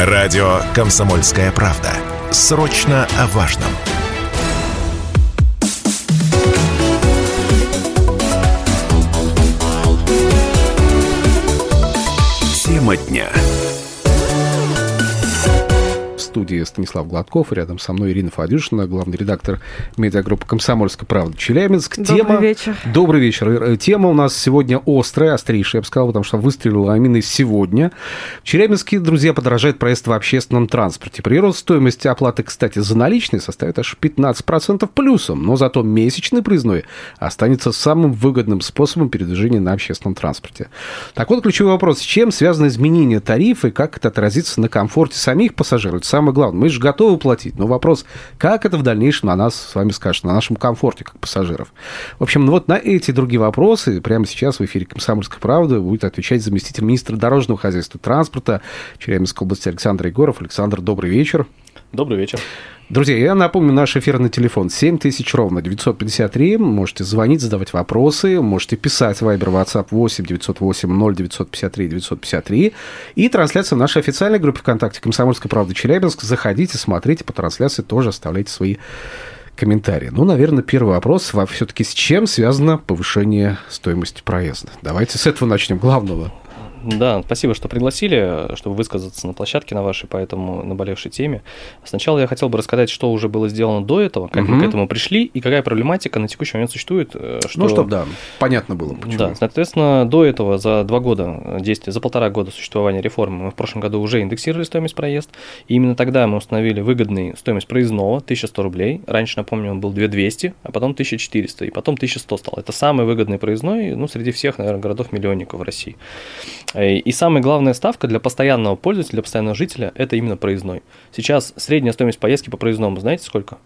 Радио «Комсомольская правда». Срочно о важном. Тема дня. В студии Станислав Гладков, рядом со мной Ирина Фадюшина, главный редактор медиагруппы «Комсомольская правда» Челябинск. Добрый вечер. Добрый вечер. Тема у нас сегодня острая, острейшая, я бы сказал, потому что выстрелила именно сегодня. В Челябинске, друзья, подорожает проезд в общественном транспорте. Прирост стоимости оплаты, кстати, за наличные составит аж 15% плюсом, но зато месячный проездной останется самым выгодным способом передвижения на общественном транспорте. Так вот, ключевой вопрос: с чем связано изменение тарифа и как это отразится на комфорте самих пассажиров? Это самое главное. Мы же готовы платить, но вопрос, как это в дальнейшем на нас с вами скажет, на нашем комфорте как пассажиров. В общем, вот на эти и другие вопросы прямо сейчас в эфире «Комсомольской правды» будет отвечать заместитель министра дорожного хозяйства и транспорта Челябинской области Александр Егоров. Александр, добрый вечер. Добрый вечер. Друзья, я напомню, наш эфирный телефон 7000 ровно 953. Можете звонить, задавать вопросы, можете писать в Viber, WhatsApp 8 908 0953 953. И трансляция в нашей официальной группе ВКонтакте «Комсомольская правда Челябинск». Заходите, смотрите по трансляции, тоже оставляйте свои комментарии. Ну, наверное, первый вопрос. Все-таки с чем связано повышение стоимости проезда? Давайте с этого начнем, главного. Да, спасибо, что пригласили, чтобы высказаться на площадке на вашей по этому наболевшей теме. Сначала я хотел бы рассказать, что уже было сделано до этого, как мы к этому пришли и какая проблематика на текущий момент существует. Что... Ну, чтобы, да, понятно было, почему. Да, соответственно, до этого за 2 года действия, за 1,5 года существования реформы мы в прошлом году уже индексировали стоимость проезда, и именно тогда мы установили выгодную стоимость проездного 1100 рублей. Раньше, напомню, он был 2200, а потом 1400, и потом 1100 стал. Это самый выгодный проездной, ну, среди всех, наверное, городов-миллионников в России. И самая главная ставка для постоянного пользователя, для постоянного жителя – это именно проездной. Сейчас средняя стоимость поездки по проездному, знаете, сколько?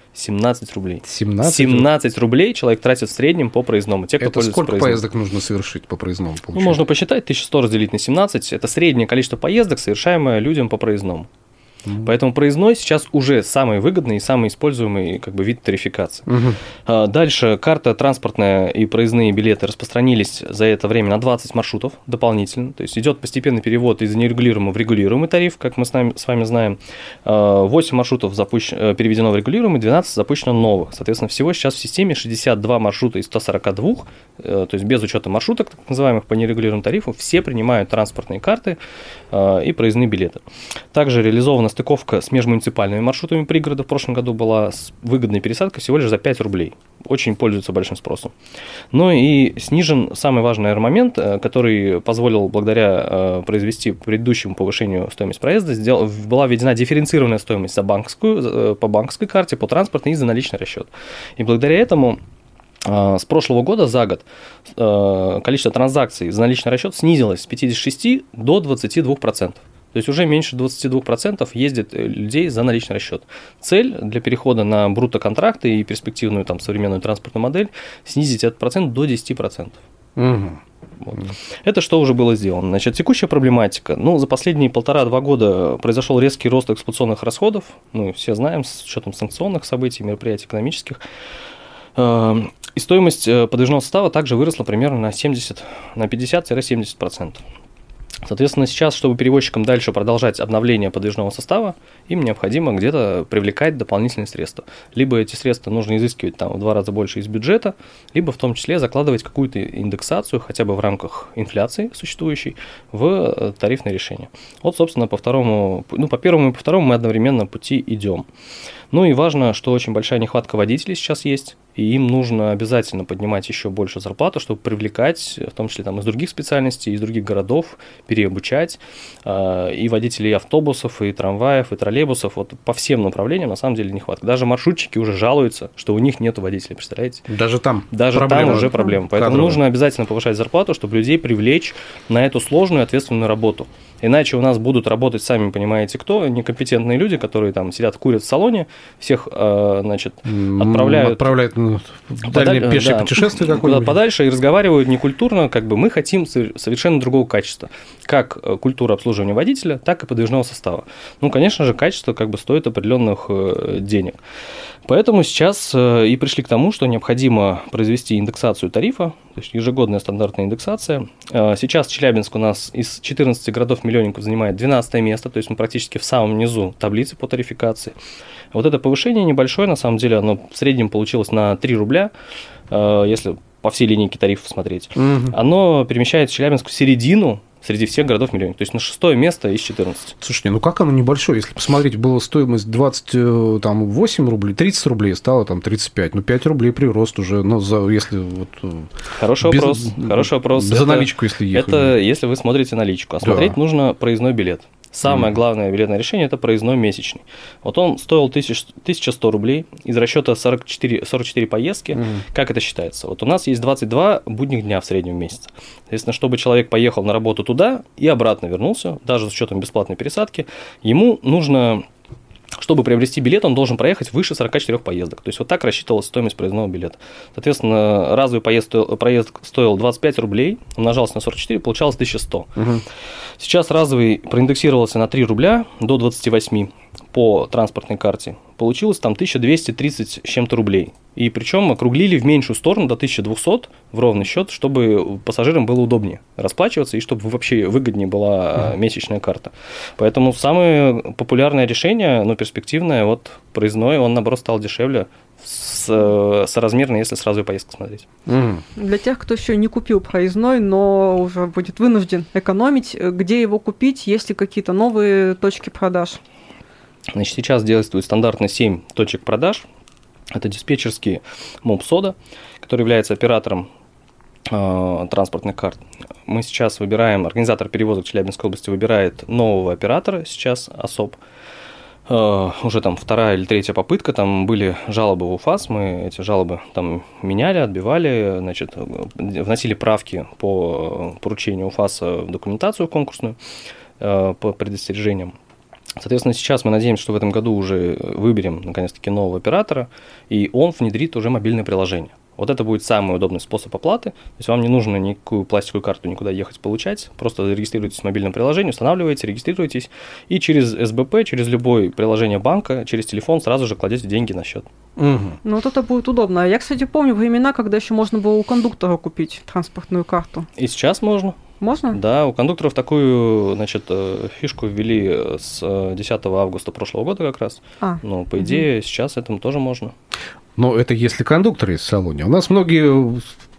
17 рублей. 17 рублей человек тратит в среднем по проездному. Те, кто это пользуется сколько проездным. Поездок нужно совершить по проездному? Ну, можно посчитать, 1100 разделить на 17 – это среднее количество поездок, совершаемое людям по проездному. Поэтому проездной сейчас уже самый выгодный и самый используемый вид тарификации. Дальше карта транспортная и проездные билеты распространились за это время на 20 маршрутов дополнительно. То есть идет постепенный перевод из нерегулируемого в регулируемый тариф, как мы с вами знаем. 8 маршрутов переведено в регулируемый, 12 запущено новых. Соответственно, всего сейчас в системе 62 маршрута из 142, то есть без учета маршруток, так называемых по нерегулируемому тарифу, все принимают транспортные карты и проездные билеты. Также реализована стыковка с межмуниципальными маршрутами пригорода в прошлом году была с выгодной пересадкой всего лишь за 5 рублей. Очень пользуется большим спросом. Ну и снижен самый важный, наверное, момент, который позволил благодаря произвести предыдущему повышению стоимости проезда, была введена дифференцированная стоимость по банковской карте, по транспортной и за наличный расчет. И благодаря этому с прошлого года за год количество транзакций за наличный расчет снизилось с 56 до 22%. То есть уже меньше 22% ездит людей за наличный расчет. Цель для перехода на брутто-контракты и перспективную современную транспортную модель – снизить этот процент до 10%. Вот. Это что уже было сделано. Значит, текущая проблематика. За последние 1,5-2 года произошел резкий рост эксплуатационных расходов. Все знаем, с учетом санкционных событий, мероприятий экономических. И стоимость подвижного состава также выросла примерно на 50-70%. Соответственно, сейчас, чтобы перевозчикам дальше продолжать обновление подвижного состава, им необходимо где-то привлекать дополнительные средства. Либо эти средства нужно изыскивать в 2 раза больше из бюджета, либо в том числе закладывать какую-то индексацию, хотя бы в рамках инфляции существующей, в тарифное решение. Вот, собственно, по первому и по второму мы одновременно пути идем. Ну и важно, что очень большая нехватка водителей сейчас есть, и им нужно обязательно поднимать еще больше зарплату, чтобы привлекать, в том числе из других специальностей, из других городов, переобучать и водителей автобусов, и трамваев, и троллейбусов. Вот по всем направлениям на самом деле нехватка. Даже маршрутчики уже жалуются, что у них нет водителей, представляете? Даже там уже проблема. Поэтому нужно обязательно повышать зарплату, чтобы людей привлечь на эту сложную ответственную работу. Иначе у нас будут работать, сами понимаете, кто, некомпетентные люди, которые сидят, курят в салоне, всех, отправляют в дальнее пешее путешествие какое-нибудь. Куда подальше и разговаривают некультурно, мы хотим совершенно другого качества. Как культура обслуживания водителя, так и подвижного состава. Конечно же, качество стоит определенных денег. Поэтому сейчас и пришли к тому, что необходимо произвести индексацию тарифа то есть ежегодная стандартная индексация. Сейчас Челябинск у нас из 14 городов-миллионников занимает 12 место, то есть мы практически в самом низу таблицы по тарификации. Вот это повышение небольшое, на самом деле, оно в среднем получилось на 3 рубля, если по всей линейке тарифов смотреть. Оно перемещает Челябинск в середину среди всех городов-миллионников, то есть на 6 место из 14. Слушайте, ну как оно небольшое? Если посмотреть, была стоимость 28 рублей, 30 рублей, стало там 35. Ну, 5 рублей прирост уже, ну, если вот... Хороший вопрос. За наличку, если ехать. Это если вы смотрите наличку. А смотреть нужно проездной билет. Самое главное билетное решение – это проездной месячный. Вот он стоил 1100 рублей из расчета 44 поездки. Как это считается? Вот у нас есть 22 будних дня в среднем месяце. Соответственно, чтобы человек поехал на работу туда и обратно вернулся, даже с учетом бесплатной пересадки, ему нужно... Чтобы приобрести билет, он должен проехать выше 44 поездок. То есть вот так рассчитывалась стоимость проездного билета. Соответственно, разовый проезд стоил 25 рублей, умножался на 44, получалось 1100. Сейчас разовый проиндексировался на 3 рубля до 28 по транспортной карте. Получилось там 1230 с чем-то рублей. И причем округлили в меньшую сторону до 1200 в ровный счет, чтобы пассажирам было удобнее расплачиваться и чтобы вообще выгоднее была месячная карта. Поэтому самое популярное решение, но перспективное, вот проездной, он наоборот стал дешевле соразмерно, если сразу поездку смотреть. Для тех, кто еще не купил проездной, но уже будет вынужден экономить, где его купить, есть ли какие-то новые точки продаж? Значит, сейчас действует стандартно 7 точек продаж. Это диспетчерский МОП СОДА, который является оператором транспортных карт. Мы сейчас выбираем, организатор перевозок Челябинской области выбирает нового оператора сейчас, ОСОП. Уже там 2-я или 3-я попытка, там были жалобы в УФАС, мы эти жалобы там меняли, отбивали, значит, вносили правки по поручению УФАСа в документацию конкурсную по предостережениям. Соответственно, сейчас мы надеемся, что в этом году уже выберем, наконец-таки, нового оператора, и он внедрит уже мобильное приложение. Вот это будет самый удобный способ оплаты. То есть вам не нужно никакую пластиковую карту никуда ехать получать. Просто регистрируетесь в мобильном приложении, устанавливаете, регистрируетесь, и через СБП, через любое приложение банка, через телефон сразу же кладете деньги на счет. Ну вот это будет удобно. Я, кстати, помню времена, когда еще можно было у кондуктора купить транспортную карту. И сейчас можно. Можно? Да, у кондукторов такую, значит, фишку ввели с 10 августа прошлого года как раз. Но, по идее, сейчас этому тоже можно. Но это если кондуктор есть в салоне. У нас многие... у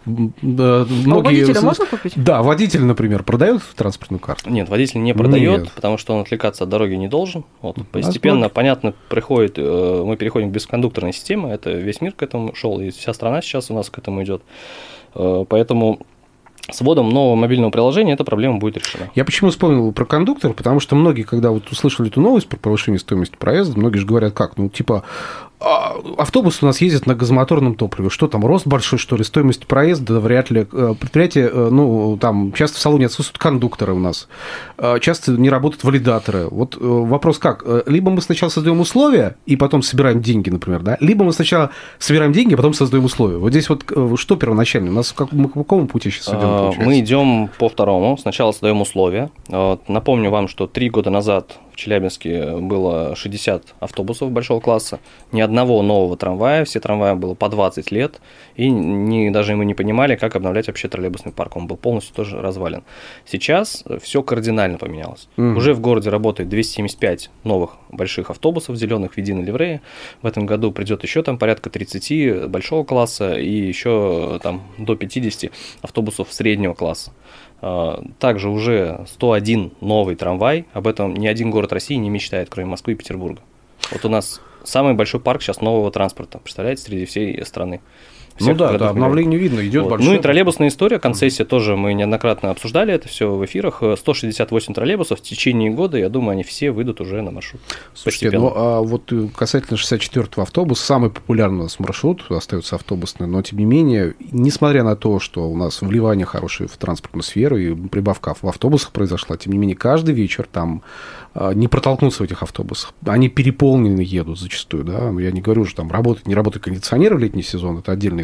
водителя можно купить? Да, водитель, например, продает транспортную карту? Нет, водитель не продает, потому что он отвлекаться от дороги не должен. Вот, постепенно, понятно, мы переходим к бескондукторной системе, это весь мир к этому шел, и вся страна сейчас у нас к этому идет. Поэтому с вводом нового мобильного приложения эта проблема будет решена. Я почему вспомнил про кондуктора, потому что многие, когда вот услышали эту новость про повышение стоимости проезда, многие же говорят, как, ну, типа, автобус у нас ездит на газомоторном топливе, что там, рост большой, что ли, стоимость проезда, вряд ли, предприятие, ну, там, часто в салоне отсутствуют кондукторы у нас, часто не работают валидаторы. Вот вопрос как, либо мы сначала создаем условия, и потом собираем деньги, например, да, либо мы сначала собираем деньги, а потом создаем условия. Вот здесь вот что первоначально, у нас мы по какому пути сейчас идем, получается? Мы идем по второму, сначала создаем условия. Напомню вам, что 3 года назад в Челябинске было 60 автобусов большого класса, ни одного нового трамвая, все трамваи было по 20 лет, и даже мы не понимали, как обновлять вообще троллейбусный парк, он был полностью тоже развален. Сейчас все кардинально поменялось. Уже в городе работает 275 новых больших автобусов зеленых в единой ливрее, в этом году придет еще там порядка 30 большого класса и еще там до 50 автобусов среднего класса. Также уже 101 новый трамвай, об этом ни один город России не мечтает, кроме Москвы и Петербурга. Вот у нас самый большой парк сейчас нового транспорта, представляете, среди всей страны. Ну да, обновление видно, идет большое. Ну и троллейбусная история, концессия тоже, мы неоднократно обсуждали это все в эфирах. 168 троллейбусов в течение года, я думаю, они все выйдут уже на маршрут. Слушайте, ну а вот касательно 64-го автобуса, самый популярный у нас маршрут остается автобусный, но тем не менее, несмотря на то, что у нас вливание хорошее в транспортную сферу и прибавка в автобусах произошла, тем не менее, каждый вечер там не протолкнуться в этих автобусах. Они переполнены едут зачастую, да. Я не говорю, что там работает, не работает кондиционер в летний сезон, это отдельная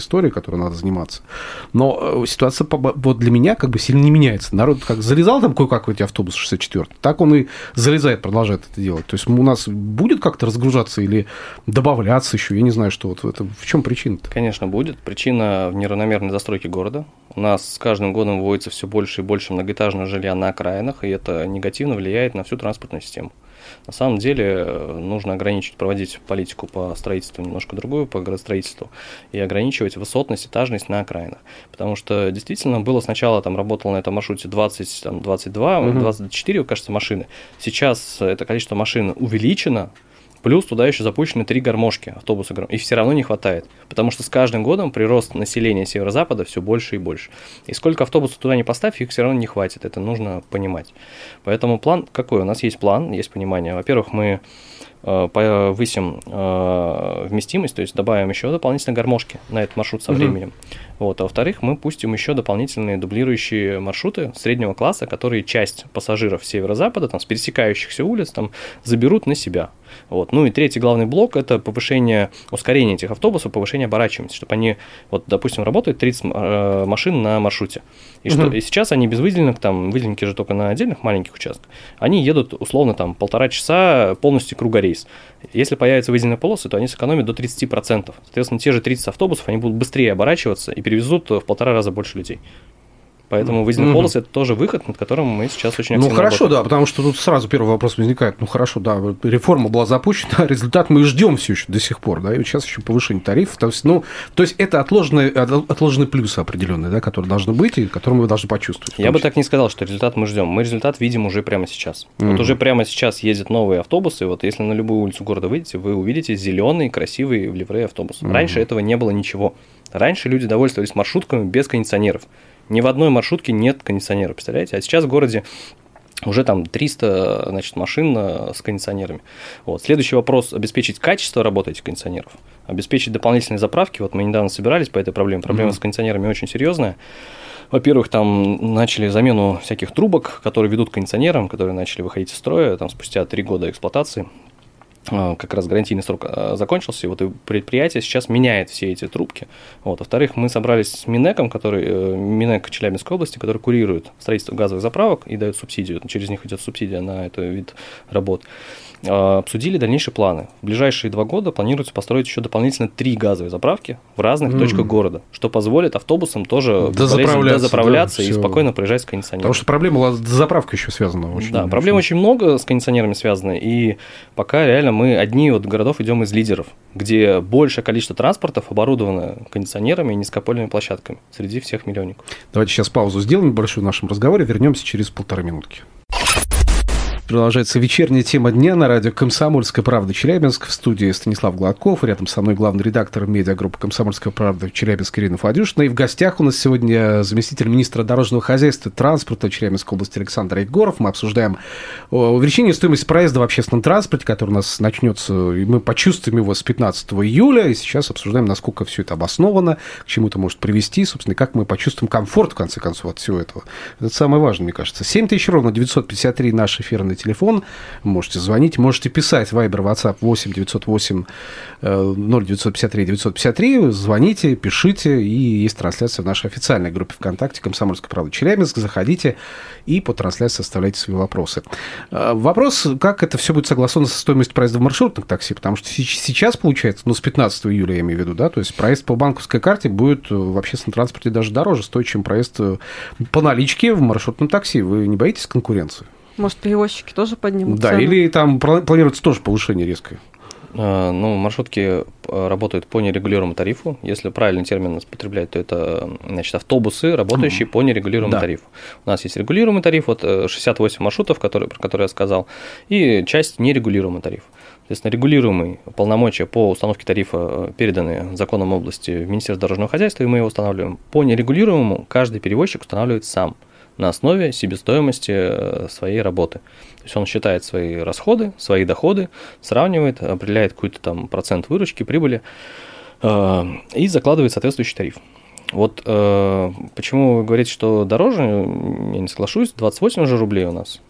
история, которой надо заниматься. Но ситуация вот для меня как бы сильно не меняется. Народ как залезал там кое-как в эти автобусы 64, так он и залезает, продолжает это делать. То есть у нас будет как-то разгружаться или добавляться еще? Я не знаю, что вот это, в чем причина-то? Конечно, будет. Причина в неравномерной застройке города. У нас с каждым годом вводится все больше и больше многоэтажного жилья на окраинах, и это негативно влияет на всю транспортную систему. На самом деле нужно ограничить, проводить политику по строительству немножко другую, по градостроительству, и ограничивать высотность, этажность на окраинах. Потому что действительно было сначала, там работало на этом маршруте 20, там, 22, 24, кажется, машины. Сейчас это количество машин увеличено, плюс туда еще запущены 3 гармошки, автобусы, и все равно не хватает, потому что с каждым годом прирост населения северо-запада все больше и больше. И сколько автобусов туда не поставь, их все равно не хватит, это нужно понимать. Поэтому план какой? У нас есть план, есть понимание. Во-первых, мы повысим вместимость, то есть добавим еще дополнительные гармошки на этот маршрут со временем. Вот. А во-вторых, мы пустим еще дополнительные дублирующие маршруты среднего класса, которые часть пассажиров северо-запада, там, с пересекающихся улиц, там, заберут на себя. Вот. Ну и третий главный блок – это повышение, ускорение этих автобусов, повышение оборачиваемости, чтобы они, вот, допустим, работают 30 машин на маршруте. И, и сейчас они без выделенных, там, выделенки же только на отдельных маленьких участках, они едут условно там 1,5 часа полностью кругорейс. Если появятся выделенные полосы, то они сэкономят до 30%. Соответственно, те же 30 автобусов, они будут быстрее оборачиваться и перевезут в 1,5 раза больше людей. Поэтому выделенные полосы – это тоже выход, над которым мы сейчас очень активно хорошо, работаем. Да, потому что тут сразу первый вопрос возникает. Ну, хорошо, да, реформа была запущена, результат мы ждем все еще до сих пор, да, и вот сейчас еще повышение тарифов. То есть это отложенные плюсы определенные, да, которые должны быть и которые мы должны почувствовать. Я бы так не сказал, что результат мы ждем. Мы результат видим уже прямо сейчас. Вот уже прямо сейчас ездят новые автобусы. Вот если на любую улицу города выйдете, вы увидите зеленый, красивый в ливрее автобус. Раньше этого не было ничего. Раньше люди довольствовались маршрутками без кондиционеров. Ни в одной маршрутке нет кондиционера, представляете? А сейчас в городе уже там 300, значит, машин с кондиционерами. Вот. Следующий вопрос – обеспечить качество работы этих кондиционеров, обеспечить дополнительные заправки. Вот мы недавно собирались по этой проблеме. Проблема с кондиционерами очень серьезная. Во-первых, там начали замену всяких трубок, которые ведут к кондиционерам, которые начали выходить из строя там, спустя 3 года эксплуатации. Как раз гарантийный срок закончился, и вот предприятие сейчас меняет все эти трубки. Вот. Во-вторых, мы собрались с Минэком, Минэк Челябинской области, который курирует строительство газовых заправок и дает субсидию, через них идет субсидия на этот вид работ. Обсудили дальнейшие планы. В ближайшие 2 года планируется построить еще дополнительно 3 газовые заправки в разных точках города, что позволит автобусам тоже дозаправляться и спокойно проезжать с кондиционером. Потому что проблема с дозаправкой еще связана. Проблем очень много с кондиционерами связаны, и пока реально мы одни от городов идем из лидеров, где большее количество транспортов оборудовано кондиционерами и низкопольными площадками среди всех миллионников. Давайте сейчас паузу сделаем небольшую в нашем разговоре, вернемся через 1,5 минутки. Продолжается вечерняя тема дня на радио «Комсомольская правда» Челябинск. В студии Станислав Гладков. Рядом со мной главный редактор медиагруппы «Комсомольская правда» Челябинск Ирина Фадюшина. И в гостях у нас сегодня заместитель министра дорожного хозяйства и транспорта Челябинской области Александр Егоров. Мы обсуждаем увеличение стоимости проезда в общественном транспорте, который у нас начнется, и мы почувствуем его с 15 июля. И сейчас обсуждаем, насколько все это обосновано, к чему это может привести, собственно, и как мы почувствуем комфорт, в конце концов, от всего этого. Это самое важное, мне кажется. 7000 ровно 953 наш эфирный телефон. Можете звонить, можете писать. Вайбер, WhatsApp 8 908 0953 953. Звоните, пишите. И есть трансляция в нашей официальной группе ВКонтакте «Комсомольская правда Челябинск». Заходите и по трансляции оставляйте свои вопросы. Вопрос, как это все будет согласовано со стоимостью проезда в маршрутных такси, потому что сейчас, получается, с 15 июля, я имею в виду, да, то есть проезд по банковской карте будет в общественном транспорте даже дороже стоить, чем проезд по наличке в маршрутном такси. Вы не боитесь конкуренции? Может, перевозчики тоже поднимут цену? Да, или там планируется тоже повышение резкое? Маршрутки работают по нерегулируемому тарифу. Если правильный термин употреблять, то это, значит, автобусы, работающие по нерегулируемому тарифу. У нас есть регулируемый тариф, вот 68 маршрутов, про которые я сказал, и часть нерегулируемого тарифа. Соответственно, регулируемый полномочия по установке тарифа переданы законом области в Министерство дорожного хозяйства, и мы его устанавливаем. По нерегулируемому каждый перевозчик устанавливает сам на основе себестоимости своей работы. То есть он считает свои расходы, свои доходы, сравнивает, определяет какой-то там процент выручки, прибыли и закладывает соответствующий тариф. Вот почему вы говорите, что дороже, я не соглашусь, 28 уже рублей у нас.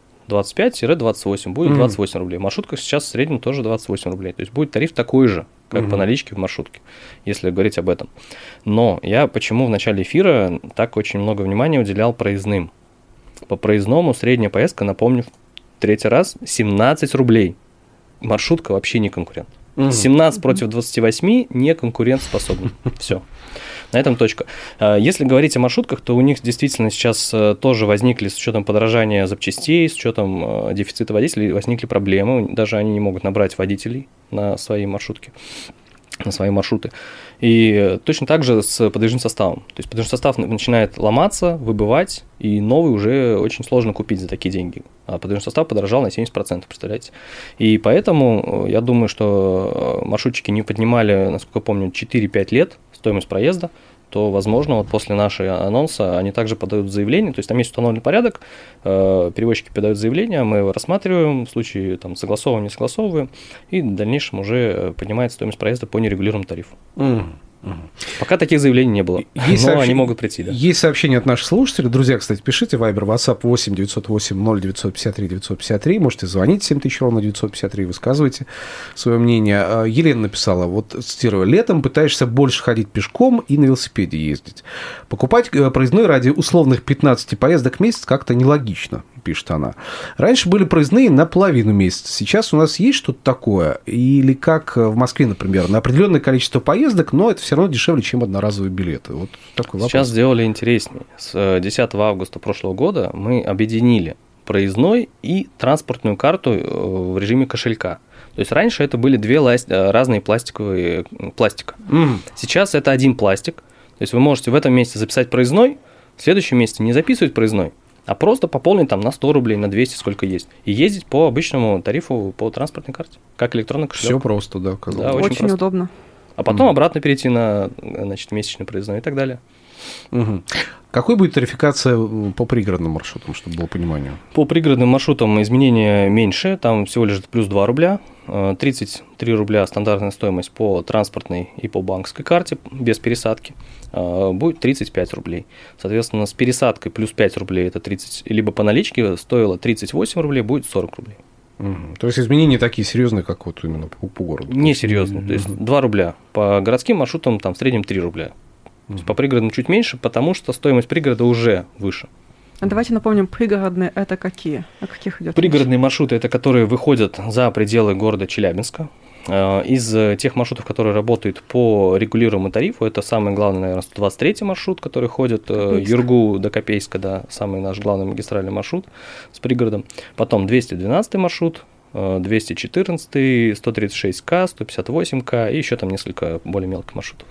25-28, будет 28 рублей. В маршрутках сейчас в среднем тоже 28 рублей. То есть будет тариф такой же, как по наличке в маршрутке, если говорить об этом. Но я почему в начале эфира так очень много внимания уделял проездным? По проездному средняя поездка, напомню, третий раз, 17 рублей. Маршрутка вообще не конкурент. 17 против 28 не конкурентоспособны. Все. На этом точка. Если говорить о маршрутках, то у них действительно сейчас тоже возникли, с учетом подорожания запчастей, с учетом дефицита водителей, возникли проблемы. Даже они не могут набрать водителей на свои маршрутки, на свои маршруты. И точно так же с подвижным составом. То есть подвижный состав начинает ломаться, выбывать, и новый уже очень сложно купить за такие деньги. А подвижный состав подорожал на 70%, представляете? И поэтому я думаю, что маршрутчики не поднимали, насколько я помню, 4-5 лет стоимость проезда, то, возможно, вот после нашего анонса они также подают заявление, то есть там есть установленный порядок, перевозчики подают заявление, мы его рассматриваем, в случае там, согласовываем, не согласовываем, и в дальнейшем уже поднимается стоимость проезда по нерегулируемому тарифу. Пока таких заявлений не было, но они могут прийти. Да. Есть сообщения от наших слушателей. Друзья, кстати, пишите. Вайбер, WhatsApp 8 908 0953 953. Можете звонить 7000-953, высказывайте свое мнение. Елена написала, вот цитирую, летом пытаешься больше ходить пешком и на велосипеде ездить. Покупать проездной ради условных 15 поездок в месяц как-то нелогично, пишет она. Раньше были проездные на половину месяца. Сейчас у нас есть что-то такое? Или как в Москве, например, на определенное количество поездок, но это все равно дешевле, чем одноразовые билеты. Вот такой вопрос. Сейчас сделали интереснее. С 10 августа прошлого года мы объединили проездной и транспортную карту в режиме кошелька. То есть раньше это были две разные пластика. Сейчас это один пластик. То есть вы можете в этом месяце записать проездной, в следующем месяце не записывать проездной, а просто пополнить там на 100 рублей, на 200, сколько есть. И ездить по обычному тарифу по транспортной карте, как электронный кошелек. Все просто, да. Да, очень удобно. А потом обратно перейти на, значит, месячный проездной и так далее. Какой будет тарификация по пригородным маршрутам, чтобы было понимание? По пригородным маршрутам изменения меньше, там всего лишь плюс 2 рубля. 33 рубля стандартная стоимость по транспортной и по банковской карте без пересадки. Будет 35 рублей. Соответственно, с пересадкой плюс 5 рублей, это 30, либо по наличке стоило 38 рублей, будет 40 рублей. То есть изменения такие серьезные, как вот именно по городу? Не серьезные. То есть 2 рубля. По городским маршрутам там в среднем 3 рубля. То есть по пригородным чуть меньше, потому что стоимость пригорода уже выше. А давайте напомним, пригородные это какие? О каких идет Пригородные маршруты – это которые выходят за пределы города Челябинска. Из тех маршрутов, которые работают по регулируемому тарифу, это самый главный, наверное, 123 маршрут, который ходит Юргу до Копейска, да, самый наш главный магистральный маршрут с пригородом. Потом 212 маршрут, 214, 136К, 158К и еще там несколько более мелких маршрутов.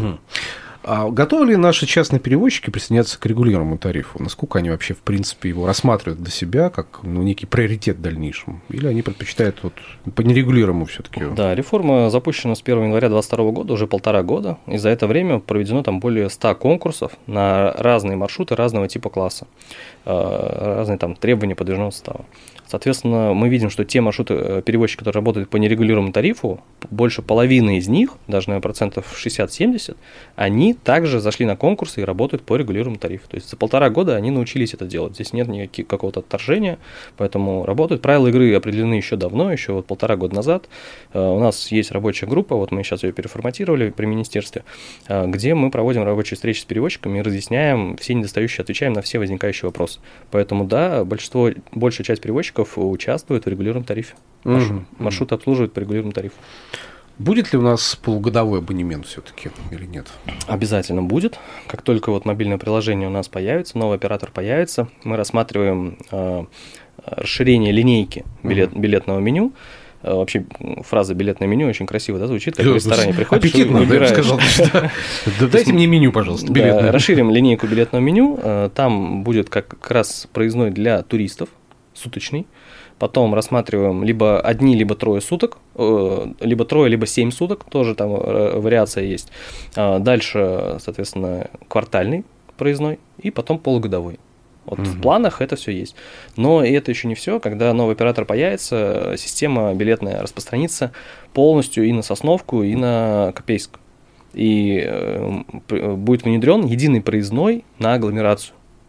А готовы ли наши частные перевозчики присоединяться к регулируемому тарифу? Насколько они вообще, в принципе, его рассматривают для себя как некий приоритет в дальнейшем? Или они предпочитают вот по нерегулируемому все-таки? Да, реформа запущена с 1 января 2022 года, уже 1,5 года. И за это время проведено там более 100 конкурсов на разные маршруты разного типа класса, разные там требования подвижного состава. Соответственно, мы видим, что те маршруты, перевозчики, которые работают по нерегулируемому тарифу, больше половины из них, даже, наверное, процентов 60-70, они также зашли на конкурсы и работают по регулируемому тарифу. То есть за 1,5 года они научились это делать. Здесь нет никакого какого-то отторжения, поэтому работают. Правила игры определены еще давно, еще вот 1,5 года назад. У нас есть рабочая группа, вот мы сейчас ее переформатировали при министерстве, где мы проводим рабочие встречи с перевозчиками и разъясняем все недостающие, отвечаем на все возникающие вопросы. Поэтому, да, большая часть перевозчиков участвуют в регулируемом тарифе. Маршрут обслуживают по регулируемому тарифу. Будет ли у нас полугодовой абонемент все-таки или нет? Обязательно будет. Как только вот мобильное приложение у нас появится, новый оператор появится, мы рассматриваем расширение линейки билетного меню. Вообще фраза «билетное меню» очень красиво, да, звучит, как в ресторане приходишь. Аппетитно, я бы сказал. Дайте мне меню, пожалуйста, билетное. Расширим линейку билетного меню. Там будет как раз проездной для туристов, суточный. Потом рассматриваем либо одни, либо трое суток, либо трое, либо 7 суток, тоже там вариация есть. Дальше, соответственно, квартальный проездной и потом полугодовой. Вот в планах это все есть. Но и это еще не все. Когда новый оператор появится, система билетная распространится полностью и на Сосновку, и на Копейск. И будет внедрен единый проездной на агломерацию.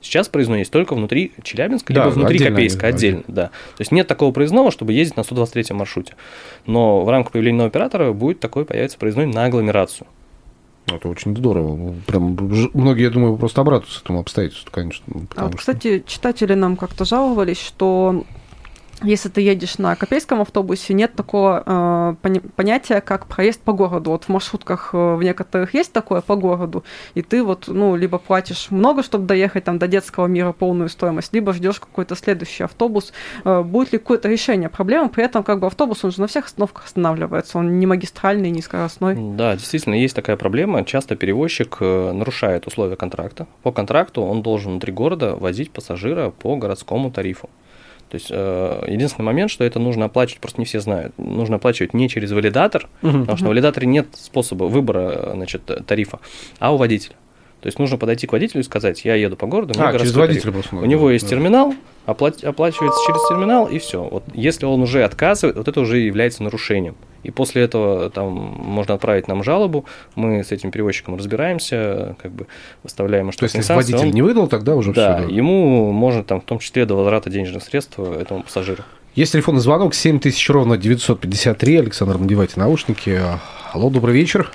Сейчас проездной есть только внутри Челябинска, либо внутри Копейска отдельно. Да. То есть нет такого проездного, чтобы ездить на 123-м маршруте. Но в рамках появления нового оператора будет такой, появится проездной на агломерацию. Это очень здорово. Прям многие, я думаю, просто обрадуются этому обстоятельству, конечно. Кстати, читатели нам как-то жаловались, что если ты едешь на Копейском автобусе, нет такого понятия, как проезд по городу. Вот в маршрутках в некоторых есть такое по городу, и ты вот, либо платишь много, чтобы доехать там до детского мира полную стоимость, либо ждешь какой-то следующий автобус. Будет ли какое-то решение проблемы? При этом как бы автобус, он же на всех остановках останавливается, он не магистральный, не скоростной. Да, действительно, есть такая проблема. Часто перевозчик нарушает условия контракта. По контракту он должен внутри города возить пассажира по городскому тарифу. То есть единственный момент, что это нужно оплачивать, просто не все знают, нужно оплачивать не через валидатор, потому что на валидаторе нет способа выбора, тарифа, а у водителя. То есть нужно подойти к водителю и сказать: я еду по городу, мне через водителя просто. У него есть терминал, оплачивается через терминал, и все. Вот если он уже отказывает, вот это уже является нарушением. И после этого там можно отправить нам жалобу, мы с этим перевозчиком разбираемся, выставляем штрафные санкции. То есть, если водитель не выдал, тогда уже все. Да, ему можно там в том числе до возврата денежных средств этому пассажиру. Есть телефонный звонок 7000 ровно 953. Александр, надевайте наушники. Алло, добрый вечер.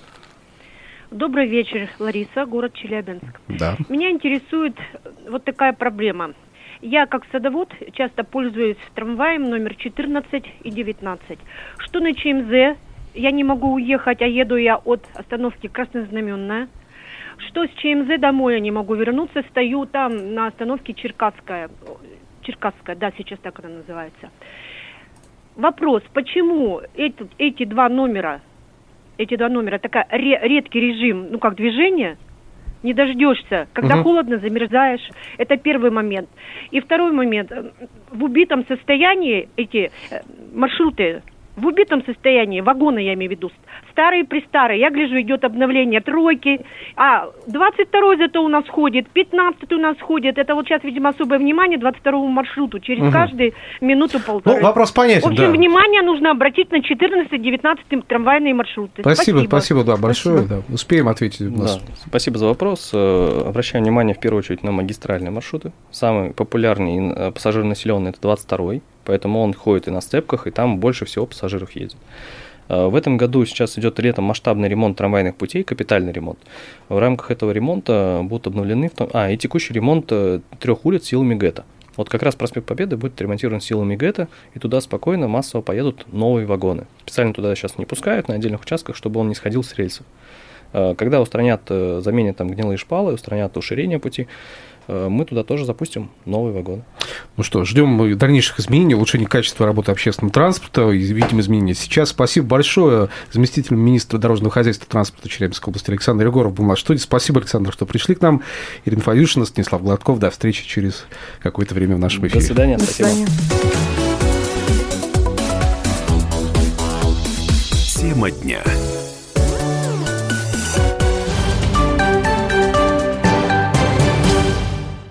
Добрый вечер, Лариса, город Челябинск. Да. Меня интересует вот такая проблема. Я, как садовод, часто пользуюсь трамваем номер 14 и 19. Что на ЧМЗ я не могу уехать, а еду я от остановки Краснознаменная. Что с ЧМЗ домой я не могу вернуться, стою там на остановке Черкасская, да, сейчас так она называется. Вопрос, почему эти два номера, такой редкий режим, движение, не дождешься, когда холодно, замерзаешь. Это первый момент. И второй момент. В убитом состоянии эти маршруты, вагоны, я имею в виду, старые-престарые. Я гляжу, идет обновление тройки. 22-й зато у нас ходит, 15-й у нас ходит. Это вот сейчас, видимо, особое внимание 22-му маршруту. Через каждую минуту-полторы. Вопрос понятен, в общем, внимание нужно обратить на 14-19 трамвайные маршруты. Спасибо, да, большое. Да. Успеем ответить. Спасибо за вопрос. Обращаю внимание, в первую очередь, на магистральные маршруты. Самый популярный пассажиронаселенный – это 22-й. Поэтому он ходит и на сцепках, и там больше всего пассажиров ездит. В этом году сейчас идет летом масштабный ремонт трамвайных путей, капитальный ремонт. В рамках этого ремонта будут обновлены и текущий ремонт 3 улиц силами ГЭТа. Вот как раз проспект Победы будет ремонтирован силами ГЭТа, и туда спокойно, массово поедут новые вагоны. Специально туда сейчас не пускают на отдельных участках, чтобы он не сходил с рельсов. Когда заменят там гнилые шпалы, устранят уширение пути, мы туда тоже запустим новые вагоны. Ну что, ждем дальнейших изменений, улучшения качества работы общественного транспорта, видим изменения сейчас. Спасибо большое. Заместитель министра дорожного хозяйства и транспорта Челябинской области Александр Егоров был в нашей студии. Спасибо, Александр, что пришли к нам. Ирина Фадюшина, Станислав Гладков. До встречи через какое-то время в нашем эфире. До свидания. Спасибо. Тема дня.